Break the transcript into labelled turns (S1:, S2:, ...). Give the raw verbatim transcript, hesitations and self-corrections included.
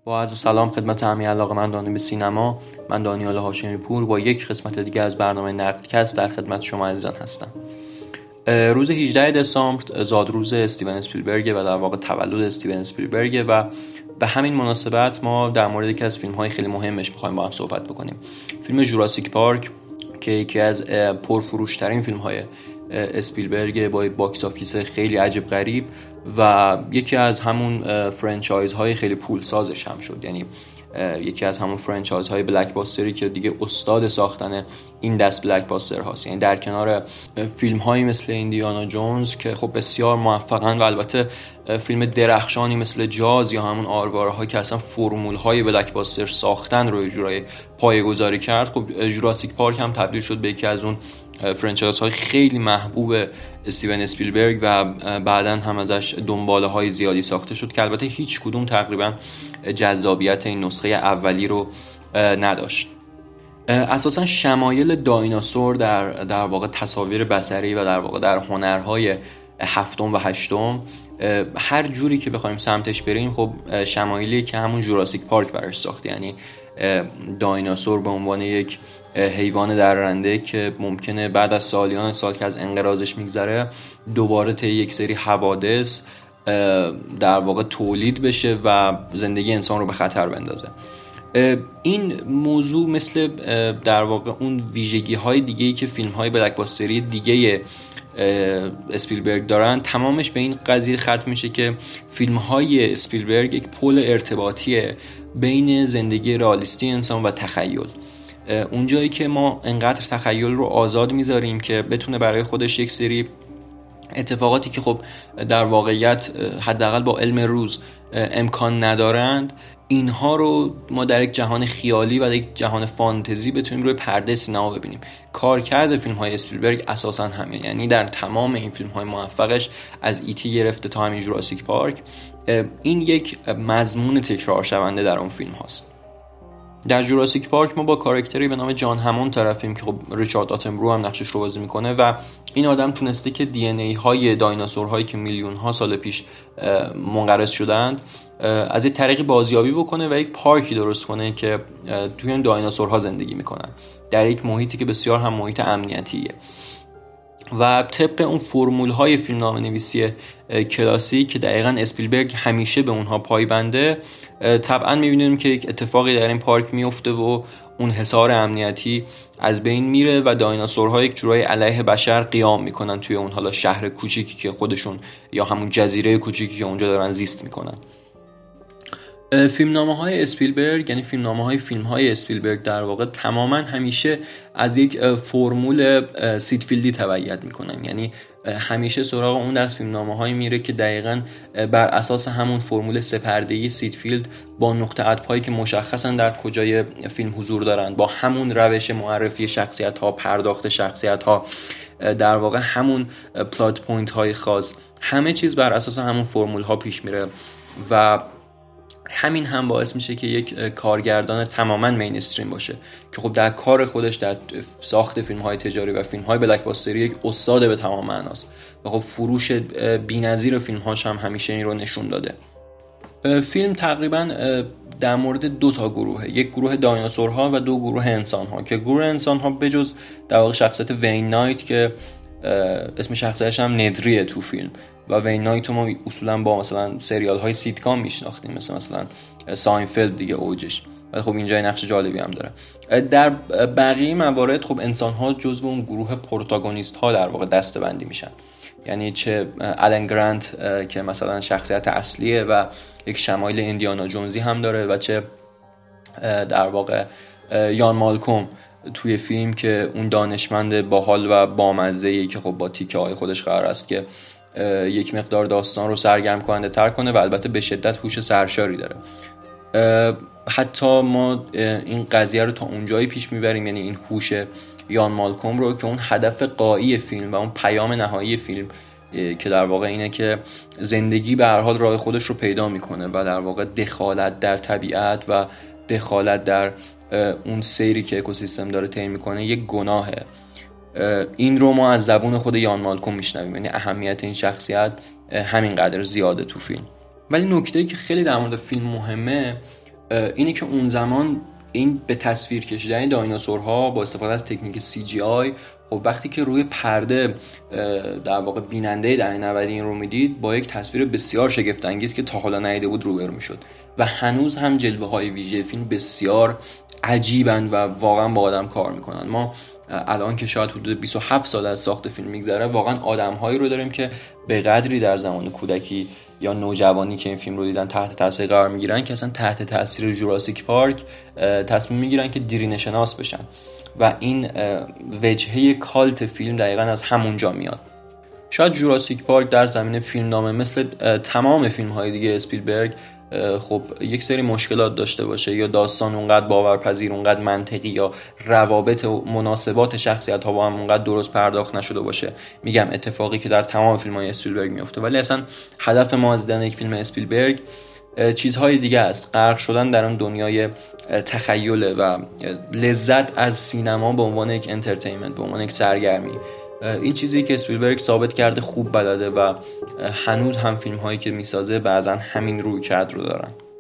S1: با عرض سلام خدمت همه علاقه‌مندان به سینما. من دانیال هاشمی پور با یک قسمت دیگه از برنامه نقدکست در خدمت شما عزیزان هستم. روز هجدهم دسامبر زادروز استیون اسپیلبرگ و در واقع تولد استیون اسپیلبرگ و به همین مناسبت ما در مورد یکی از فیلم‌های خیلی مهمش می‌خوایم با هم صحبت بکنیم. فیلم جوراسیک پارک که یکی از پرفروش‌ترین فیلم‌های اسپیلبرگ با باکس آفیس خیلی عجیب غریب و یکی از همون فرانچایزهای خیلی پولسازش هم شد. یعنی یکی از همون فرانچایزهای بلک باستری که دیگه استاد ساختن این دست بلک باستر هاست. یعنی در کنار فیلم‌هایی مثل ایندیانا جونز که خب بسیار موفقن و البته فیلم درخشانی مثل جاز یا همون آرواره‌ها که اصلا فرمول‌های بلک باستر ساختن رو جورای پایه‌گذاری کرد، خب جوراسیک پارک هم تبدیل شد به یکی از اون فرانچایزهای خیلی محبوب استیون اسپیلبرگ و بعداً هم ازش دنباله‌های زیادی ساخته شد که البته هیچ کدوم تقریباً جذابیت این نسخه اولی رو نداشت. اساساً شمایل دایناسور در در واقع تصاویر بصری و در واقع در هنرهای هفتم و هشتم هر جوری که بخوایم سمتش بریم خب شمایلی که همون جوراسیک پارک براش ساخته. یعنی دایناسور به عنوان یک حیوان درنده که ممکنه بعد از سالیان سال که از انقراضش میگذره دوباره طی یک سری حوادث در واقع تولید بشه و زندگی انسان رو به خطر بندازه. این موضوع مثل در واقع اون ویژگی های دیگه‌ای که فیلم های بلک باستری دیگه اسپیلبرگ دارن تمامش به این قضیه ختم میشه که فیلم های اسپیلبرگ یک پل ارتباطیه بین زندگی رئالیستی انسان و تخیل. اونجایی که ما انقدر تخیل رو آزاد میذاریم که بتونه برای خودش یک سری اتفاقاتی که خب در واقعیت حداقل با علم روز امکان ندارند، اینها رو ما در یک جهان خیالی و یک جهان فانتزی بتونیم روی پرده سینما ببینیم. کارکرد فیلم‌های اسپیلبرگ اساساً همین، یعنی در تمام این فیلم‌های موفقش از ایتی گرفته تا همین جوراسیک پارک این یک مضمون تکرار شونده در اون فیلم هاست. در جوراسیک پارک ما با کاراکتری به نام جان همون طرفیم که خب ریچارد آتنبرو هم نقشش رو بازی میکنه و این آدم تونسته که دی ان ای های دایناسورهایی که میلیون ها سال پیش منقرض شدند از یک طریقی بازیابی بکنه و یک پارکی درست کنه که توی این دایناسورها زندگی میکنن در یک محیطی که بسیار هم محیط امنیتیه و طبق اون فرمول های فیلمنامه نویسی کلاسیک که دقیقاً اسپیلبرگ همیشه به اونها پایبنده، طبعاً میبینیم که یک اتفاقی در این پارک میفته و اون حصار امنیتی از بین میره و دایناسورها یک جورای علیه بشر قیام میکنن توی اون حالا شهر کوچیکی که خودشون یا همون جزیره کوچیکی که اونجا دارن زیست میکنن. فیلمنامه های اسپیلبرگ یعنی فیلمنامه های فیلم های اسپیلبرگ در واقع تماما همیشه از یک فرمول سیدفیلدی تبعیت میکنن. یعنی همیشه سراغ اون دست فیلمنامه هایی میره که دقیقاً بر اساس همون فرمول سه‌پرده‌ای سیدفیلد با نقطه عطف هایی که مشخصاً در کجای فیلم حضور دارن، با همون روش معرفی شخصیت ها، پرداخت شخصیت ها، در واقع همون پلات پوینت های خاص، همه چیز بر اساس همون فرمول ها پیش میره و همین هم باعث میشه که یک کارگردان تماماً مینستریم باشه که خب در کار خودش در ساخت فیلم‌های تجاری و فیلم‌های بلک باستری یک استاد به تمام معناست و خب فروش بی‌نظیر فیلم‌هاش هم همیشه این رو نشون داده. فیلم تقریباً در مورد دو تا گروهه، یک گروه دایناسورها و دو گروه انسان‌ها که گروه انسان‌ها بجز در واقع شخصیت وین نایت که اسم شخصیتش هم ندریه تو فیلم و وین نایت رو ما اصولا با مثلا سریال های سیتکام میشناختیم مثل مثلا ساینفلد دیگه اوجش، ولی خب اینجا نقش جالبی هم داره. در بقیه موارد خب انسان ها جزو اون گروه پروتاگونیست ها در واقع دسته بندی میشن. یعنی چه آلن گرانت که مثلا شخصیت اصلیه و یک شمایل ایندیانا جونزی هم داره و چه در واقع یان مالکوم توی فیلم که اون دانشمند باحال و بامزه‌ای که خب با تیکه های خودش قرار است که یک مقدار داستان رو سرگرم کننده تر کنه و البته به شدت هوش سرشاری داره. حتی ما این قضیه رو تا اونجایی پیش میبریم، یعنی این هوش یان مالکوم رو، که اون هدف غایی فیلم و اون پیام نهایی فیلم که در واقع اینه که زندگی به هر حال راه خودش رو پیدا میکنه و در واقع دخالت در طبیعت و دخالت در اون سیری که اکوسیستم داره طی میکنه یک گناهه. این رو ما از زبون خود یان مالکوم میشنویم، یعنی اهمیت این شخصیت همینقدر زیاده تو فیلم. ولی نکته‌ای که خیلی در مورد فیلم مهمه اینی که اون زمان این به تصویر کشیدن دایناسورها با استفاده از تکنیک سی جی آی، خب وقتی که روی پرده در واقع بیننده دهه نود این رو میدید با یک تصویر بسیار شگفت انگیز که تا حالا ندیده بود روبرو میشد و هنوز هم جلوه های ویژه فیلم بسیار عجیبن و واقعا با آدم کار میکنن. ما الان که شاید حدود بیست و هفت سال از ساخت فیلم میگذره واقعا آدم‌هایی رو داریم که به قدری در زمان کودکی یا نوجوانی که این فیلم رو دیدن تحت تاثیر قرار میگیرن که اصلا تحت تاثیر جوراسیک پارک تصمیم میگیرن که دیرینه شناس بشن و این وجهه کالت فیلم دقیقاً از همونجا میاد. شاید جوراسیک پارک در زمینه فیلمنامه مثل تمام فیلم‌های دیگه اسپیلبرگ خب یک سری مشکلات داشته باشه، یا داستان اونقدر باورپذیر، اونقدر منطقی، یا روابط و مناسبات شخصیت‌ها با هم اونقدر درست پرداخت نشده باشه. میگم اتفاقی که در تمام فیلم‌های اسپیلبرگ میفته، ولی اصلا هدف ما از دیدن یک فیلم اسپیلبرگ چیزهای دیگه است، غرق شدن در اون دنیای تخیل و لذت از سینما به عنوان یک انترتینمنت، به عنوان یک سرگرمی. این چیزی که اسپیلبرگ ثابت کرده خوب بلده و هنوز هم فیلم هایی که میسازه بعضا همین روی کرد رو دارن.